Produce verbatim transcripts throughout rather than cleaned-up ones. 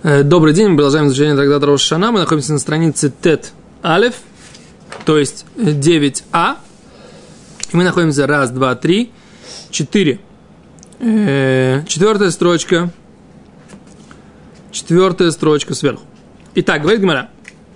Добрый день, мы продолжаем изучение трактата Рош ха-Шана. Мы находимся на странице Тет Алеф, то есть девять а. И мы находимся раз, два, три, четыре. Четвертая строчка. Четвертая строчка сверху. Итак, говорит Гемара.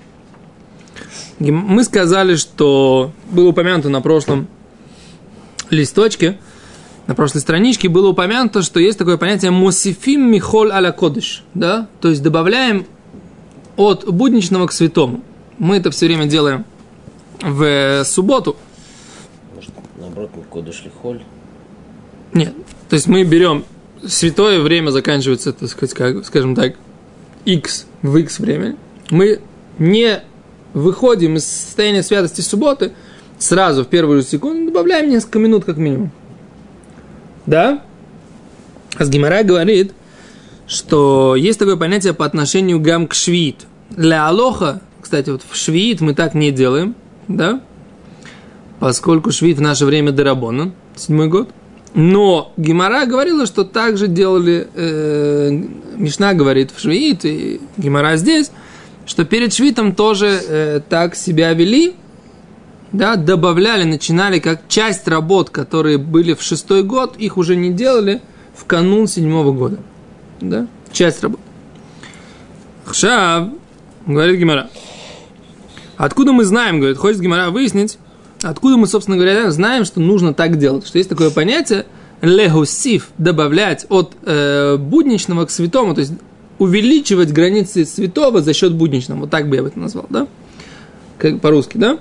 Мы сказали, что было упомянуто на прошлом листочке, на прошлой страничке было упомянуто, что есть такое понятие «мосифим михоль аля кодыш», да? То есть добавляем от будничного к святому. Мы это все время делаем в субботу. Может, наоборот, не кодыш ли холь? Нет. То есть мы берем святое время, заканчивается, так сказать, как, скажем так, x в x времени. Мы не выходим из состояния святости субботы сразу в первую же секунду, добавляем несколько минут как минимум. Да? А с Гемара говорит, что есть такое понятие по отношению гам к швиит. Для алоха, кстати, вот в швиит мы так не делаем, да? Поскольку швиит в наше время дерабонан, седьмой год. Но Гемара говорила, что так же делали, э, Мишна говорит в швиит, и Гемара здесь, что перед швитом тоже э, так себя вели, да, добавляли, начинали как часть работ, которые были в шестой год, их уже не делали в канун седьмого года. Да? Часть работ. Хшав, говорит Гемара. Откуда мы знаем, говорит, хочет Гемара выяснить, откуда мы, собственно говоря, знаем, что нужно так делать. Что есть такое понятие легусив, добавлять от э, будничного к святому, то есть увеличивать границы святого за счет будничного. Вот так бы я бы это назвал, да? Как по-русски, да?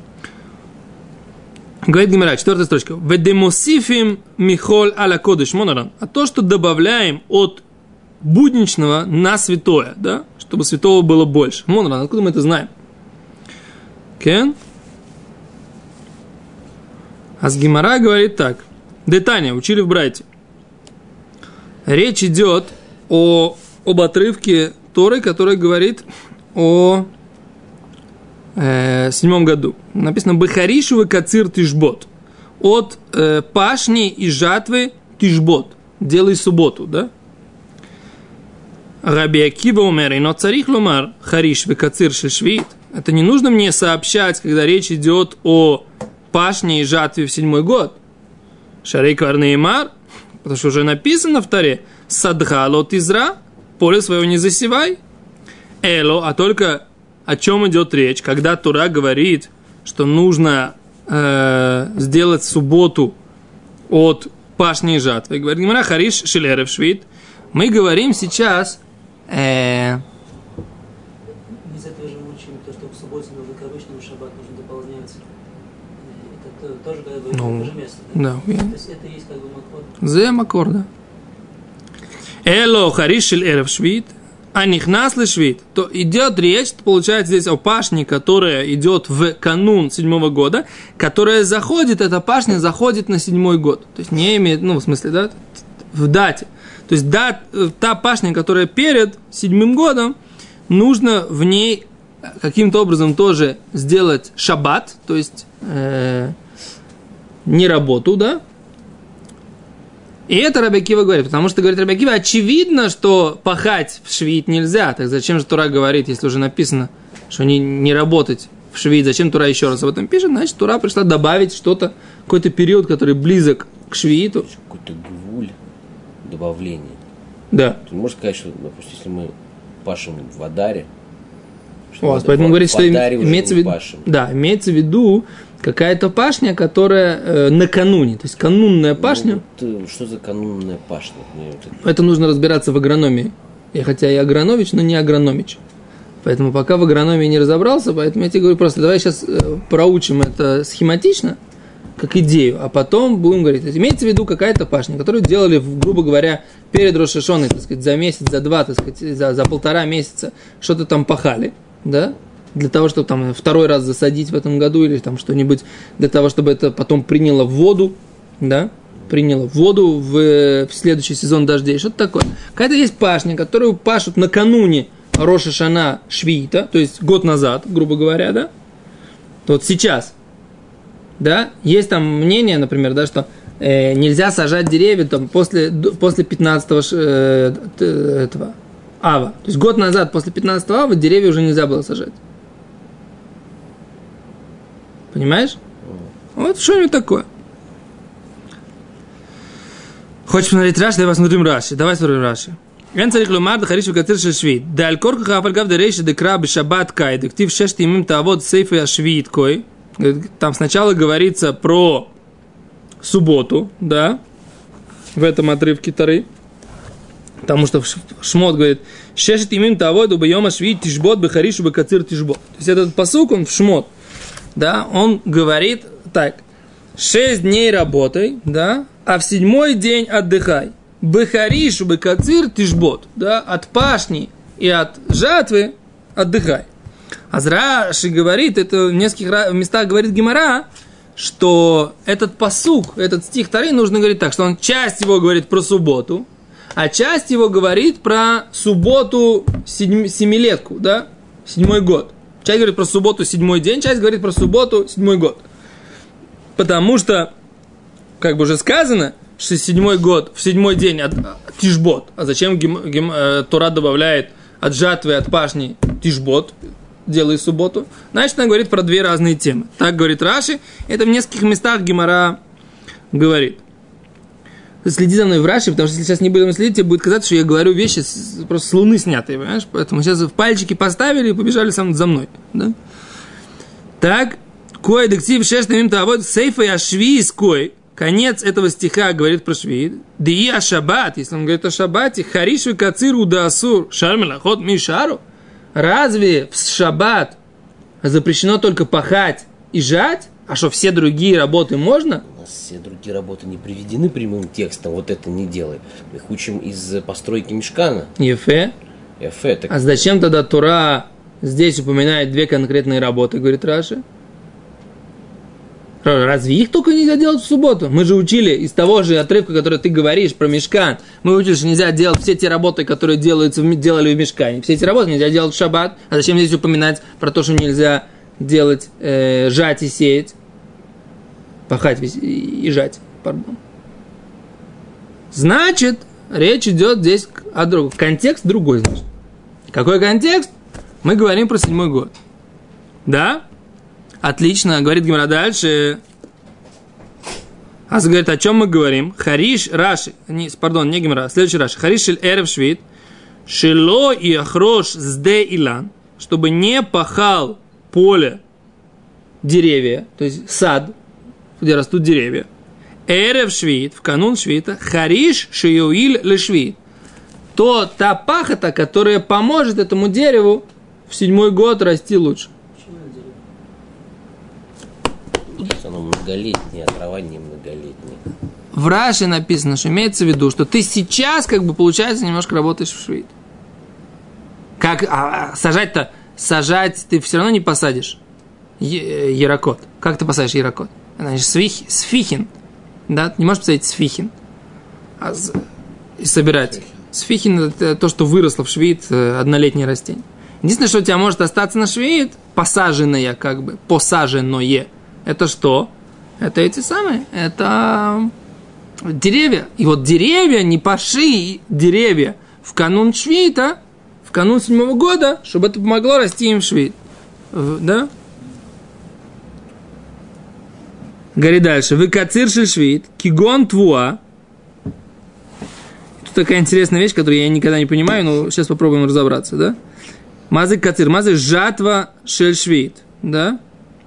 Говорит Гемара, четвертая строчка. «Ведемосифим михоль аля кодыш моноран». А то, что добавляем от будничного на святое, да? Чтобы святого было больше. Моноран, откуда мы это знаем? Кен? А с Гемара говорит так. Детания, учили в Брайте. Речь идет о, об отрывке Торы, который говорит о э, седьмом году. Написано «Бехаришу кацир тишбот». От э, пашни и жатвы тишбот. Делай субботу, да? Раби Акива умер, но царих ломар хариш векацир шешвит. Это не нужно мне сообщать, когда речь идет о пашне и жатве в седьмой год. Шарей кварнеймар, потому что уже написано в Торе, садхалот изра, поле свое не засевай. Эло, а только о чем идет речь, когда Тора говорит, что нужно э, сделать субботу от пашни и жатвы. Говорит Гемара, хариш шелерев швид. Мы говорим сейчас... Э, Из этого же мы учим то, что в субботе нужно к обычному шаббат нужно дополнять. Это тоже как бы ну, то же место, да? Да. То есть это есть как бы макор. Зе макор, да. Эло хариш шелерев швид. А нихнас ли швид, то идет речь, получается здесь о пашне, которая идет в канун седьмого года, которая заходит, эта пашня заходит на седьмой год. То есть не имеет, ну в смысле, да, в дате. То есть да, та пашня, которая перед седьмым годом, нужно в ней каким-то образом тоже сделать шаббат, то есть э, не работу, да. И это Раби Акива говорит, потому что, говорит Раби Акива, очевидно, что пахать в швиит нельзя. Так зачем же Тора говорит, если уже написано, что не, не работать в швиит, зачем Тора еще раз об этом пишет? Значит, Тора пришла добавить что-то, какой-то период, который близок к швииту. Какой-то гвуль добавления. Да. Ты можешь сказать, что, допустим, если мы пашем в Адаре, у вас, поэтому говорит, что имеется в виду, пашем. Да, имеется в виду какая-то пашня, которая э, накануне, то есть канунная пашня. Ну, вот, что за канунная пашня? Это нужно разбираться в агрономии. Я хотя и агрономич, но не агрономич. Поэтому пока в агрономии не разобрался, поэтому я тебе говорю просто, давай сейчас э, проучим это схематично, как идею, а потом будем говорить. Имеется в виду какая-то пашня, которую делали, грубо говоря, перед Рош ха-Шаной, так сказать, за месяц, за два, так сказать, за, за полтора месяца что-то там пахали, да, для того, чтобы там второй раз засадить в этом году или там что-нибудь, для того, чтобы это потом приняло воду, да, приняло воду в, в следующий сезон дождей, что-то такое. Какая-то есть пашня, которую пашут накануне Рош ха-Шана швиита, то есть год назад, грубо говоря, да, вот сейчас, да, есть там мнение, например, да, что э, нельзя сажать деревья там после, после пятнадцатого э, этого ава. То есть год назад, после пятнадцатого ава, деревья уже нельзя было сажать. Понимаешь? Вот что-нибудь такое. Хочешь посмотреть Раши? Давай посмотрим Раши. Давай смотрим Раши. Эн царих ломар дахариш векацир шешвит. Да аль-корка хафальгав дерейши декра бешабат кай. Дектив шешти имим таавод сейфа яшвит кой. Там сначала говорится про субботу, да, в этом отрывке Торы. Потому что Шмот говорит, шешет имим таавод убайома швит тишбот бехаришу бекацир тишбот. То есть этот пасук, он в Шмот, да, он говорит так, шесть дней работай, да, а в седьмой день отдыхай. Бехаришу бекацир тишбот, да, от пашни и от жатвы отдыхай. А Раши говорит, это в нескольких местах говорит Гемара, что этот пасук, этот стих Торы нужно говорить так, что он часть его говорит про субботу, а часть его говорит про субботу седьм, семилетку, да, седьмой год. Часть говорит про субботу седьмой день, часть говорит про субботу седьмой год. Потому что, как бы уже сказано, что седьмой год, в седьмой день от, от тишбот. А зачем гем, гем, э, Тора добавляет от жатвы, от пашни тишбот, делай субботу? Значит, она говорит про две разные темы. Так говорит Раши, это в нескольких местах Гемара говорит. Следи за мной в Раши, потому что если сейчас не будем следить, тебе будет казаться, что я говорю вещи с, просто с луны снятые, понимаешь? Поэтому сейчас в пальчики поставили и побежали сам за мной. Да? Так, кой дектив шештамим таавод сейфа яшви из кой. Конец этого стиха говорит про швид. Дии а шаббат, если он говорит о шаббате, харишу кациру да асур, шармелахот мишару. Разве в шаббат запрещено только пахать и жать? А что, все другие работы можно? У нас все другие работы не приведены прямым текстом, вот это не делай. Мы их учим из постройки мишкана. Ефе. Ефе. Так... А зачем тогда Тора здесь упоминает две конкретные работы, говорит Раши? Разве их только нельзя делать в субботу? Мы же учили из того же отрывка, который ты говоришь про мишкан. Мы учили, что нельзя делать все те работы, которые делаются, делали в мишкане. Все эти работы нельзя делать в шаббат. А зачем здесь упоминать про то, что нельзя делать, э, жать и сеять? Пахать и, и жать, пардон. Значит, речь идет здесь о другом. Контекст другой, значит. Какой контекст? Мы говорим про седьмой год. Да? Отлично, говорит Гемара дальше. А говорит, о чем мы говорим? Хариш Раши, не, пардон, не Гемара, следующий Раши. Хариш шель эрев швид, шело и ахрош сде илан, чтобы не пахал поле деревья, то есть сад, где растут деревья. Эрев швид, в канун швита, хариш шеюиль ле швид. То та пахота, которая поможет этому дереву в седьмой год расти лучше. Оно многолетнее, а трава не многолетняя. В Раши написано, что имеется в виду, что ты сейчас, как бы, получается, немножко работаешь в швид. Как а, сажать-то? Сажать ты все равно не посадишь е- ярокот. Как ты посадишь ярокот? Значит, свих, сфихин. Да? Ты не можешь посадить сфихин. А, и собирать. Сфихин – это то, что выросло в швид, однолетнее растение. Единственное, что у тебя может остаться на швид, посаженное, как бы, посаженное. Это что? Это эти самые, это деревья. И вот деревья, не паши, деревья в канун швита, в канун седьмого года, чтобы это помогло расти им в швид. Да? Говори дальше. Выкацир швид, кигон твуа. Тут такая интересная вещь, которую я никогда не понимаю, но сейчас попробуем разобраться, да? Мазы кацир, мазы жатва шель швид, да?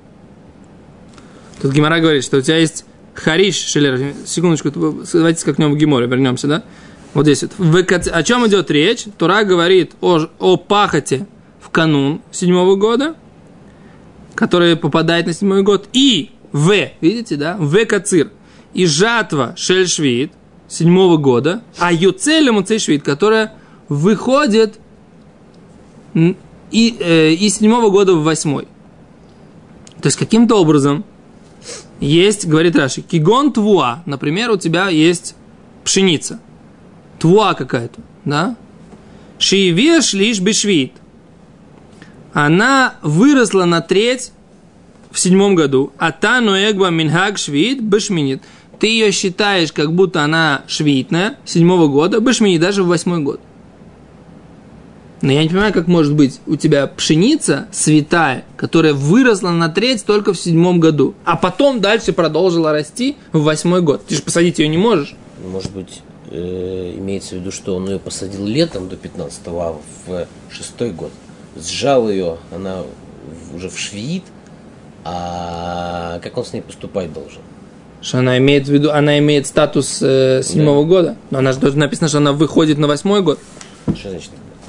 Тут Гемара говорит, что у тебя есть хариш шелер. Секундочку, давайте скакнем в Геморе, вернемся, да? Вот здесь вот. О чем идет речь? Тора говорит о, о пахоте в канун седьмого года, который попадает на седьмой год, и в, видите, да? В кацир. И жатва шель швид седьмого года, а юцель муцей швид, которая выходит и, э, из седьмого года в восьмой. То есть, каким-то образом есть, говорит Раши, кигон твуа, например, у тебя есть пшеница, твуа какая-то, да? Шиевеш лишь бешвит. Она выросла на треть в седьмом году, а та ноэгба минхаг швид бешминит. Ты ее считаешь, как будто она швитная, седьмого года, бешминит, даже в восьмой год. Но я не понимаю, как может быть у тебя пшеница святая, которая выросла на треть только в седьмом году, а потом дальше продолжила расти в восьмой год. Ты же посадить ее не можешь. Может быть, э, имеется в виду, что он ее посадил летом до пятнадцатого, а в шестой год сжал ее, она в- уже в швиит, а как он с ней поступать должен? Что она имеет в виду, она имеет статус э, седьмого Да. года, но она же тоже написано, что она выходит на восьмой год. Что значит?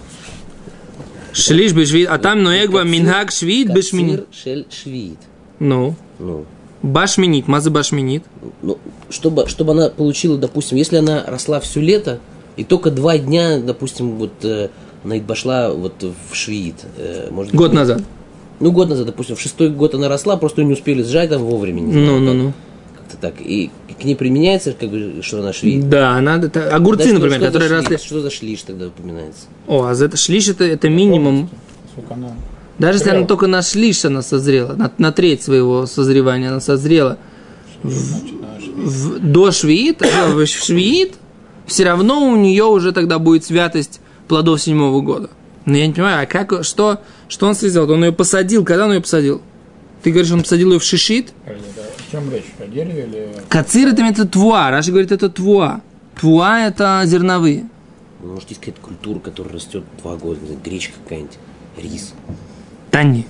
Шлиш бешвит, а там ноэгба минхаг швид бешминит. Кацир шель швиит. Ну, Ну, башминит, мазы башминит. ну чтобы, чтобы она получила, допустим, если она росла все лето, и только два дня, допустим, вот э, она пошла вот в швиит. Э, может быть, Год ну, назад. Ну, год назад, допустим, в шестой год она росла, просто ее не успели сжать там вовремя. Не знаю, Ну, ну, как- ну. Как-то так. И к ней применяется, как бы, что она швиит. Да, надо. это огурцы, Да, что- например, что за которые шлиш? росли. Что за шлиш тогда упоминается? О, а за это шлиш это, это минимум. Сколько она... Даже если она Созрела. только на шлиш она созрела, на, на треть своего созревания она созрела Значит, она швид. в- до швиит, а в швиит, все равно у нее уже тогда будет святость плодов седьмого года. Но я не понимаю, а как, что, что он сделал? Он ее посадил, когда он ее посадил? Ты говоришь, он посадил ее в шишит? Подожди, да. О чем речь? О дереве или... Кацир это это твуа, Раши говорит, это твуа. Твуа это зерновые. Ну, может, есть какая-то культура, которая растет два года, не знаю, гречка какая-нибудь, рис. Тани.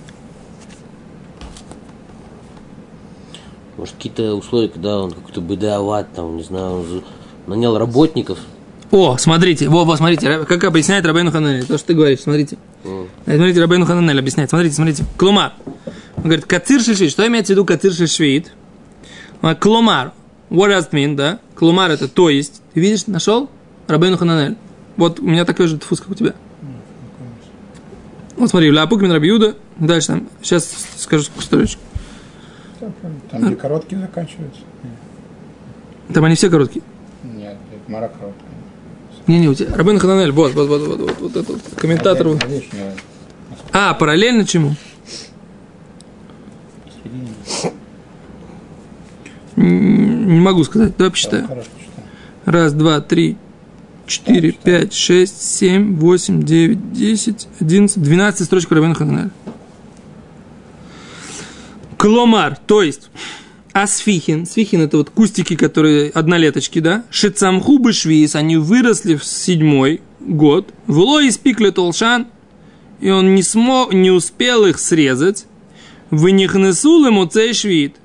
Может, какие-то условия, когда он какой-то бедоват, там, не знаю, он за- нанял работников. О, смотрите, во, во, смотрите, Ра- как объясняет Рабейну Хананель, то, что ты говоришь, смотрите. М. Смотрите, Рабейну Хананель объясняет, смотрите, смотрите. Клумар. Он говорит, кацир шишвит. Что имеется в виду кацир шишвит? Клумар. What does it mean, да? Клумар это то есть. Ты видишь, нашел? Рабейну Хананель. Вот у меня такой же дфус, как у тебя. Вот смотри, Ляпук Мин Раби Юда. Дальше там. Сейчас скажу строчку. Там, там, где короткие заканчиваются. Там они все короткие. Нет, это мара короткая. Не-не, у тебя. Рабейну Хананель, вот, вот, вот, вот, вот, вот этот комментатор. А, видишь, я А, параллельно чему? посередине. М, Не могу сказать. Давай Там посчитаю. хорошо читаю. Раз, два, три, четыре, пять, шесть, семь, восемь, девять, десять, одиннадцать, двенадцать строчек Рабейну Хананель. Кломар, то есть асфихин. Сфихин это вот кустики, которые однолеточки, да? Шицамху бешвиис, они выросли в седьмой год. Вло испикли толшан, и он не смог, не успел их срезать. Вынихнесул ему цей швид.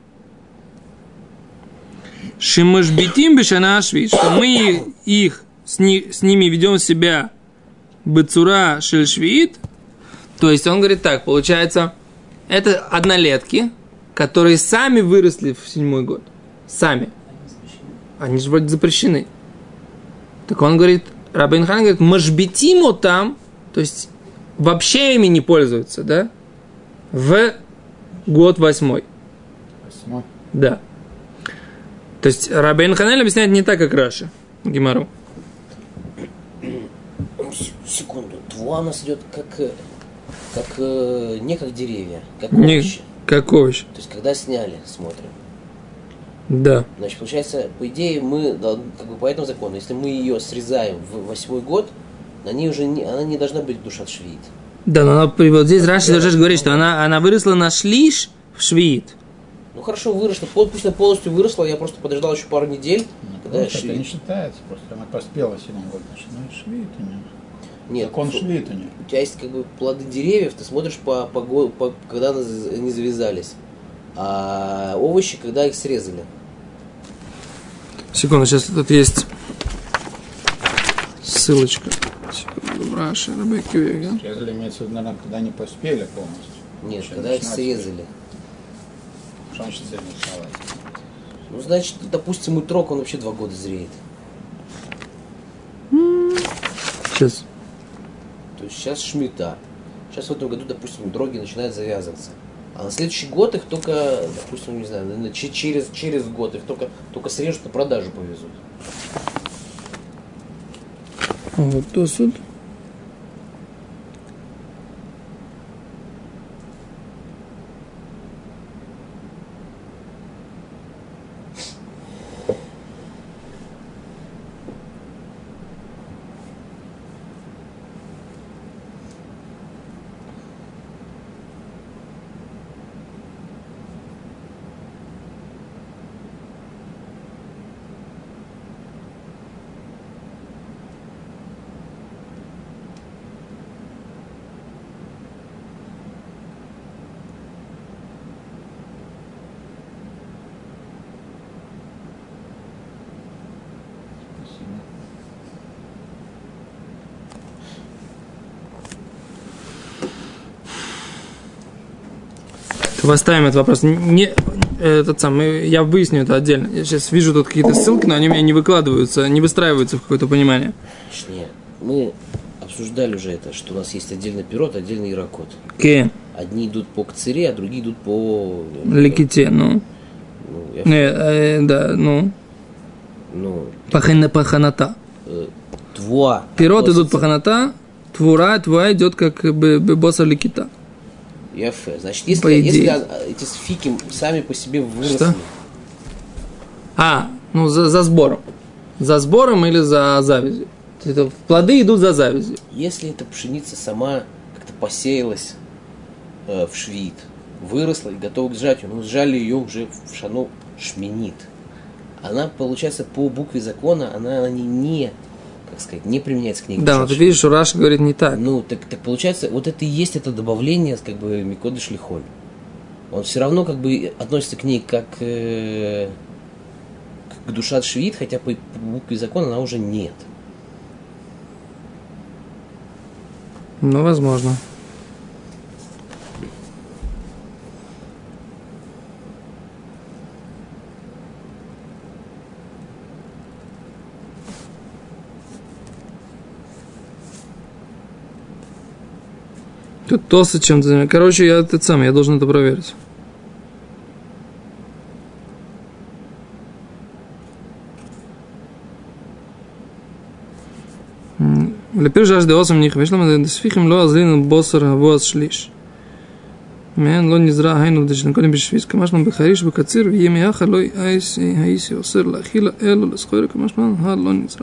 Шимашбитим бешана швид, что мы их с, ни, с ними ведем себя бецура шельшвид. То есть он говорит так, получается, это однолетки, которые сами выросли в седьмой год. Сами. Они же вроде запрещены. Так он говорит, Рабейн Хан говорит, машбитимо там, то есть вообще ими не пользуются, да? В год восьмой. Восьмой. Да. То есть Рабейн Ханель объясняет не так, как Раши. Гемару. С- Секунду. Твуа у нас идет как, э, как э, не как деревья, как Не, овощи. как овощ. То есть, когда сняли, смотрим. Да. Значит, получается, по идее, мы, дол- как бы по этому закону, если мы ее срезаем в восьмой год, на ней уже не, она не должна быть душа швид. Да, но она, вот здесь Раши даже говорит, что она, она выросла на шлиш в швид. Ну хорошо, выросла, пол- пусть она полностью выросла, я просто подождал еще пару недель, Ну, когда потому что это не швид. считается, просто она поспела в седьмом году. Значит, ну, это швид у нее. Нет, Закон фу- швид у нее. у тебя есть как бы плоды деревьев, ты смотришь по, по, го- по- когда они з- они завязались, а овощи, когда их срезали. Секунду, сейчас тут есть ссылочка. Секунду, Раши, Рабейки Вега. Срезали, имеется в виду, наверное, когда они поспели полностью. Нет, Еще когда их начинать срезали. Что значит срезали? Ну, значит, допустим, утрок, он вообще два года зреет. Сейчас. То есть сейчас шмита. Сейчас в этом году, допустим, дроги начинают завязываться. А на следующий год их только, допустим, не знаю, наверное, че- через, через год их только, только срежут, на продажу повезут. Вот то суд. Поставим этот вопрос. Не, этот самый, я выясню это отдельно. Я сейчас вижу тут какие-то ссылки, но они у меня не выкладываются, не выстраиваются в какое-то понимание. Нет, мы обсуждали уже это, что у нас есть отдельный пирот, отдельный иракот. Okay. Одни идут по кцире, а другие идут по... Леките, ну. ну я... Не, э, да, ну. Ну. Пахана, паханата. Э, твуа. Пирот относится... идут паханата, твура, твуа идет как бы босса лекита. Яфе. Значит, если, если эти фики сами по себе выросли... Что? А, ну за, за сбором. За сбором или за завязью. Это, плоды идут за завязью. Если эта пшеница сама как-то посеялась э, в швид, выросла и готова к сжатию, но сжали ее уже в шану шминит, она, получается, по букве закона, она, она не, не, как сказать, не применяется к ней. Да, вот ты видишь, что Раша говорит не так. Ну, так, так получается, вот это и есть это добавление, как бы, микодыш лихоль. Он все равно, как бы, относится к ней как э, к душат швид, хотя по, по букве закона она уже нет. Ну, возможно. Тут тосы чем-то... Короче, я этот сам, я должен это проверить. לפי שעה שדעוסם ניחא, ויש להם דספיחים לא עזלין בוסר הבועז שליש. מעין לא נזרע היינו דשן קודם בשביס, כמשמע בחריש ובקציר, ויהיה מיחד לא הייסי אוסר להכילה אלו לסחויר, כמשמע הד לא נזרע.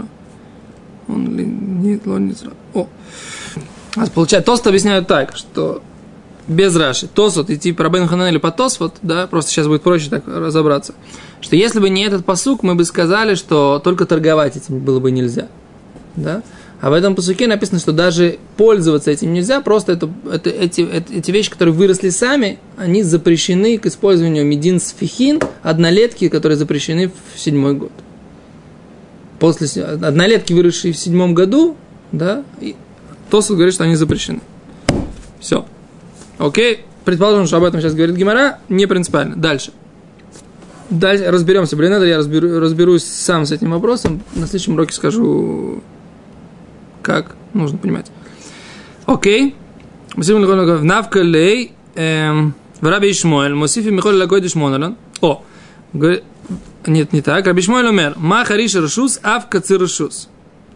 לא נזרע. О. А получается, Тосфот объясняют так, что без Раши, Тосфот идти по Рабейну Хананелю по Тосфот, да, просто сейчас будет проще так разобраться, что если бы не этот пасук, мы бы сказали, что только торговать этим было бы нельзя, да. А в этом пасуке написано, что даже пользоваться этим нельзя, просто это, это, эти, это, эти вещи, которые выросли сами, они запрещены к использованию медин сфихин, однолетки, которые запрещены в седьмой год. После однолетки, выросшие в седьмом году, да, и Тосфот говорит, что они запрещены. Все. Окей. Предположим, что об этом сейчас говорит Гемара, не принципиально. Дальше. Дальше разберемся. Блин, это я разберу, разберусь сам с этим вопросом. На следующем уроке скажу... Как нужно понимать. Окей. Навка лей в Раби Ишмоэль Мосифи Михоль Лагойдиш Монолан. О, нет, не так. Раби Ишмоэль умер. Ма хариш рашус, ав кацир рашус.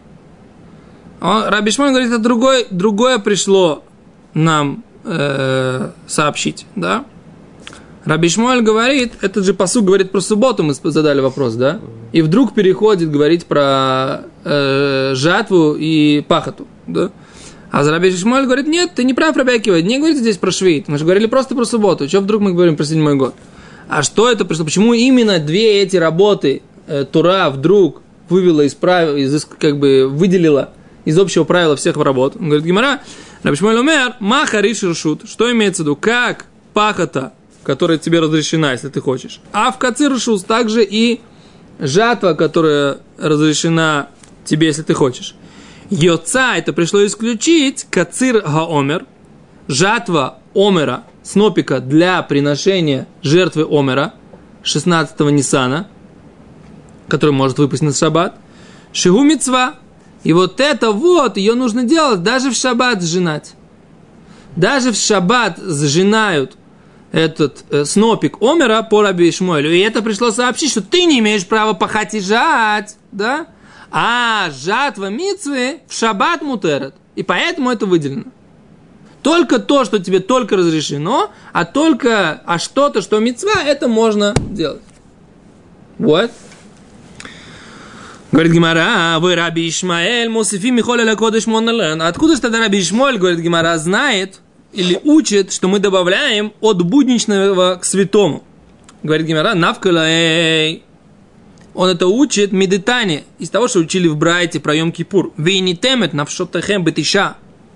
Раби Ишмоэль говорит, это другое, другое пришло нам э, сообщить, да? Раби Ишмоэль говорит, этот же пасук говорит про субботу, мы задали вопрос, да? И вдруг переходит говорить про э, жатву и пахоту, да? А Раби Ишмоэль говорит, нет, ты не прав, Раби Акива, не говорите здесь про швид, мы же говорили просто про субботу, что вдруг мы говорим про седьмой год? А что это пришло? Почему именно две эти работы э, Тура вдруг вывела из правил, из, как бы выделила из общего правила всех работ? Он говорит, Гемара, Раби Ишмоэль умер, ма хариш рашут, что имеется в виду, как пахота, которая тебе разрешена, если ты хочешь. А в кацир рашус также и жатва, которая разрешена тебе, если ты хочешь. Йоца, это пришло исключить кацир гаомер, жатва омера, снопика для приношения жертвы омера, шестнадцатого Ниссана, который может выпасть на шаббат. Шигу мицва. И вот это вот, ее нужно делать даже в шаббат сжинать. Даже в шаббат сжинают этот э, снопик омера по Раби Ишмоэлю. И это пришло сообщить, что ты не имеешь права пахать и жать, да? А жатва мицвы в шаббат мутерет. И поэтому это выделено. Только то, что тебе только разрешено, а только, а что-то, что мицва, это можно делать. Вот. Говорит Гемара, вы Раби Ишмаэль, Мосифи Михоля Лакодыш Монолен. Откуда же тогда Раби Ишмаэль, говорит Гемара, знает или учит, что мы добавляем от будничного к святому? Говорит Гемара, навкалай. Он это учит медитание из того, что учили в Брайте про Йом-Кипур. Вейнитемет навшотахем бетиша.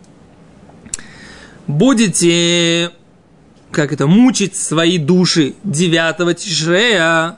Будете, как это, мучить свои души девятого Тишрея.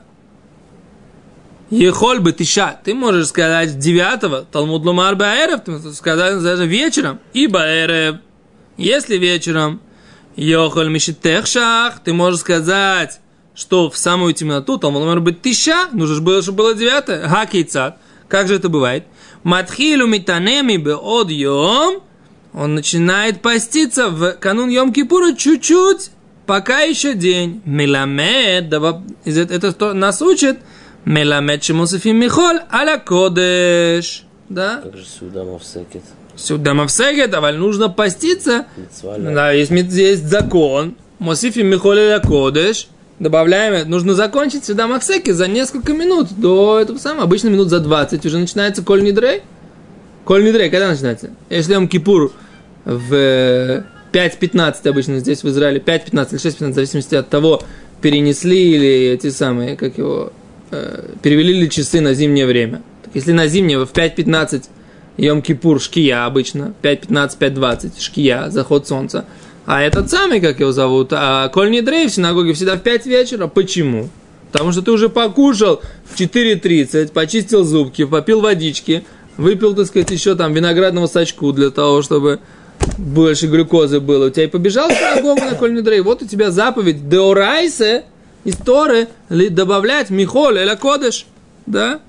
Ехоль бы тиша, ты можешь сказать девятого, Талмуд ломар баэрев, ты можешь сказать даже вечером, и баэрев, если вечером, Йохоль мишитехшах, ты можешь сказать, что в самую темноту, там может быть тыща, нужно же было, чтобы было девятое. Хакейцат. Как же это бывает? Матхилу митанеми беод йом, он начинает поститься в канун Йом-Кипура чуть-чуть, пока еще день. Меламед, это что нас учит? Меламед шемусафим михоль аля кодеш. Да? Как же сюда мавсекет? Сюда мавсекет, а нужно поститься. Мицваля. Да, есть, есть закон. Мосифим михоль аля кодеш. Добавляем, нужно закончить сюда мавсекет за несколько минут до этого самого. Обычно минут за двадцать уже начинается коль нидрей. Коль нидрей, когда начинается? Если Йом-Кипур в пять пятнадцать обычно здесь в Израиле, пять пятнадцать или шесть пятнадцать, в зависимости от того, перенесли или эти самые, как его, э, перевели ли часы на зимнее время. Так если на зимнее в пять пятнадцать Йом-Кипур шкия обычно, пять пятнадцать, пять двадцать шкия, заход солнца, а этот самый, как его зовут, а коль нидрей в синагоге всегда в пять вечера. Почему? Потому что ты уже покушал в четыре тридцать, почистил зубки, попил водички, выпил, так сказать, еще там виноградного сачку для того, чтобы больше глюкозы было. У тебя и побежал в синагогу на коль нидрей. Вот у тебя заповедь деорайсе из Торы добавлять михоль эля кодеш. Да?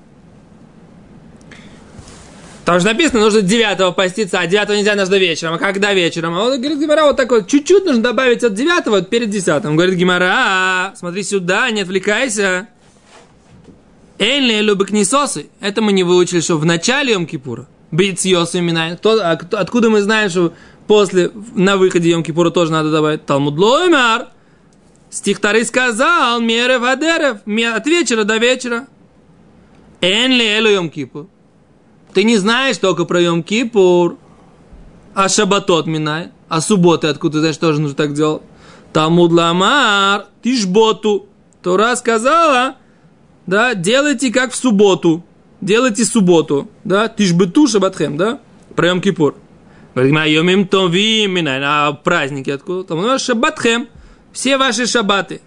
Там же написано, нужно девятого поститься, а девятого нельзя, нужно вечером. А когда вечером? А он говорит, Гимара, вот так вот, чуть-чуть нужно добавить от девятого вот перед десятым. Говорит, Гимара, смотри сюда, не отвлекайся. Эльные любекнисосы. Это мы не выучили, что в начале Йом-Кипура. Бейцьосы имена. Откуда мы знаем, что после, на выходе Йом-Кипура тоже надо добавить? Талмуд лоэмар. Стих Тары сказал, мерев адерев, от вечера до вечера. Энли элю Йом-Кипур. Ты не знаешь только про Йом-Кипур, а шабатот минай, а субботы, откуда ты знаешь, тоже нужно так делать. Талмуд ламар, тишботу. Тора сказала, да, делайте как в субботу. Делайте субботу, да, тишбету шабатхем, да, про Йом-Кипур. Говорит, йомим товим минай, а праздники откуда? Талмуд шабатхем, все ваши шаббаты.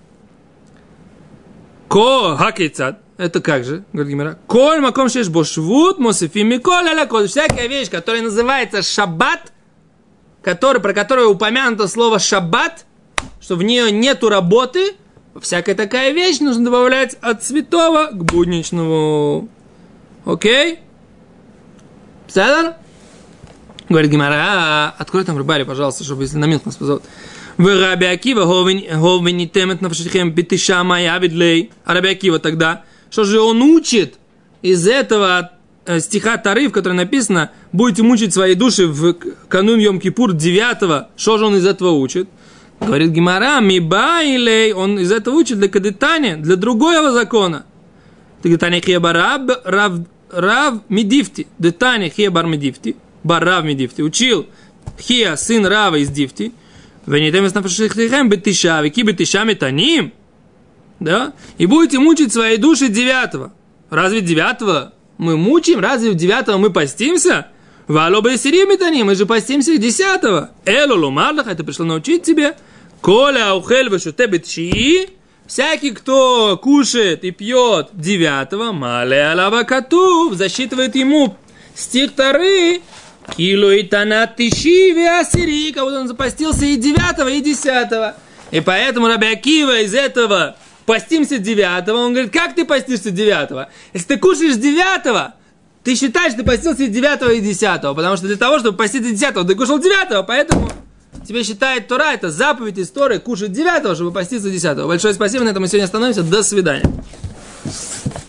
Ко хакейцат. Это как же, говорит Гимара? Коль маком шеш бо швут, мосифим миколь аля кодеш. Всякая вещь, которая называется шаббат, который, про которую упомянуто слово шаббат, что в нее нету работы, всякая такая вещь нужно добавлять от святого к будничному. Окей? Псадр? Говорит Гимара, открой там рыбари, пожалуйста, чтобы если на минуту нас позовут. В Раби Акива, ховени темет навшихем битиша моя видлей. А Раби Акива тогда, что же он учит из этого стиха Тары, в котором написано, будете мучить свои души в канун Йом-Кипур девятого, что же он из этого учит? Говорит Гимара, мибайлей, он из этого учит для кадетания, для другого закона. Кадетания хеба раб, рав, рав мидифти, детания хеба мидифти, бар рав мидифти, учил Хия, сын Рава из Дифти, венитемес нафашихтехем бетиша, веки бетиша метаним, да, и будете мучить свои души девятого. Разве девятого мы мучим? Разве девятого мы постимся? Вало бесири метаним, мы же постимся десятого. Эло ломарлах, это пришло научить тебе. Коля аухель вешуте бетшии, всякий, кто кушает и пьет девятого, мале алава катув, засчитывает ему стих Тары, килу и танат тиши веасири, как будто он запостился и девятого, и десятого. И поэтому Раби Акива из этого постимся девятого, он говорит, как ты постишься девятого? Если ты кушаешь девятого, ты считаешь, что ты постился и девятого, и десятого, потому что для того, чтобы поститься десятого, ты кушал девятого, поэтому тебе считает Тора, это заповедь из Торы, кушать девятого, чтобы поститься десятого. Большое спасибо, на этом мы сегодня остановимся, до свидания.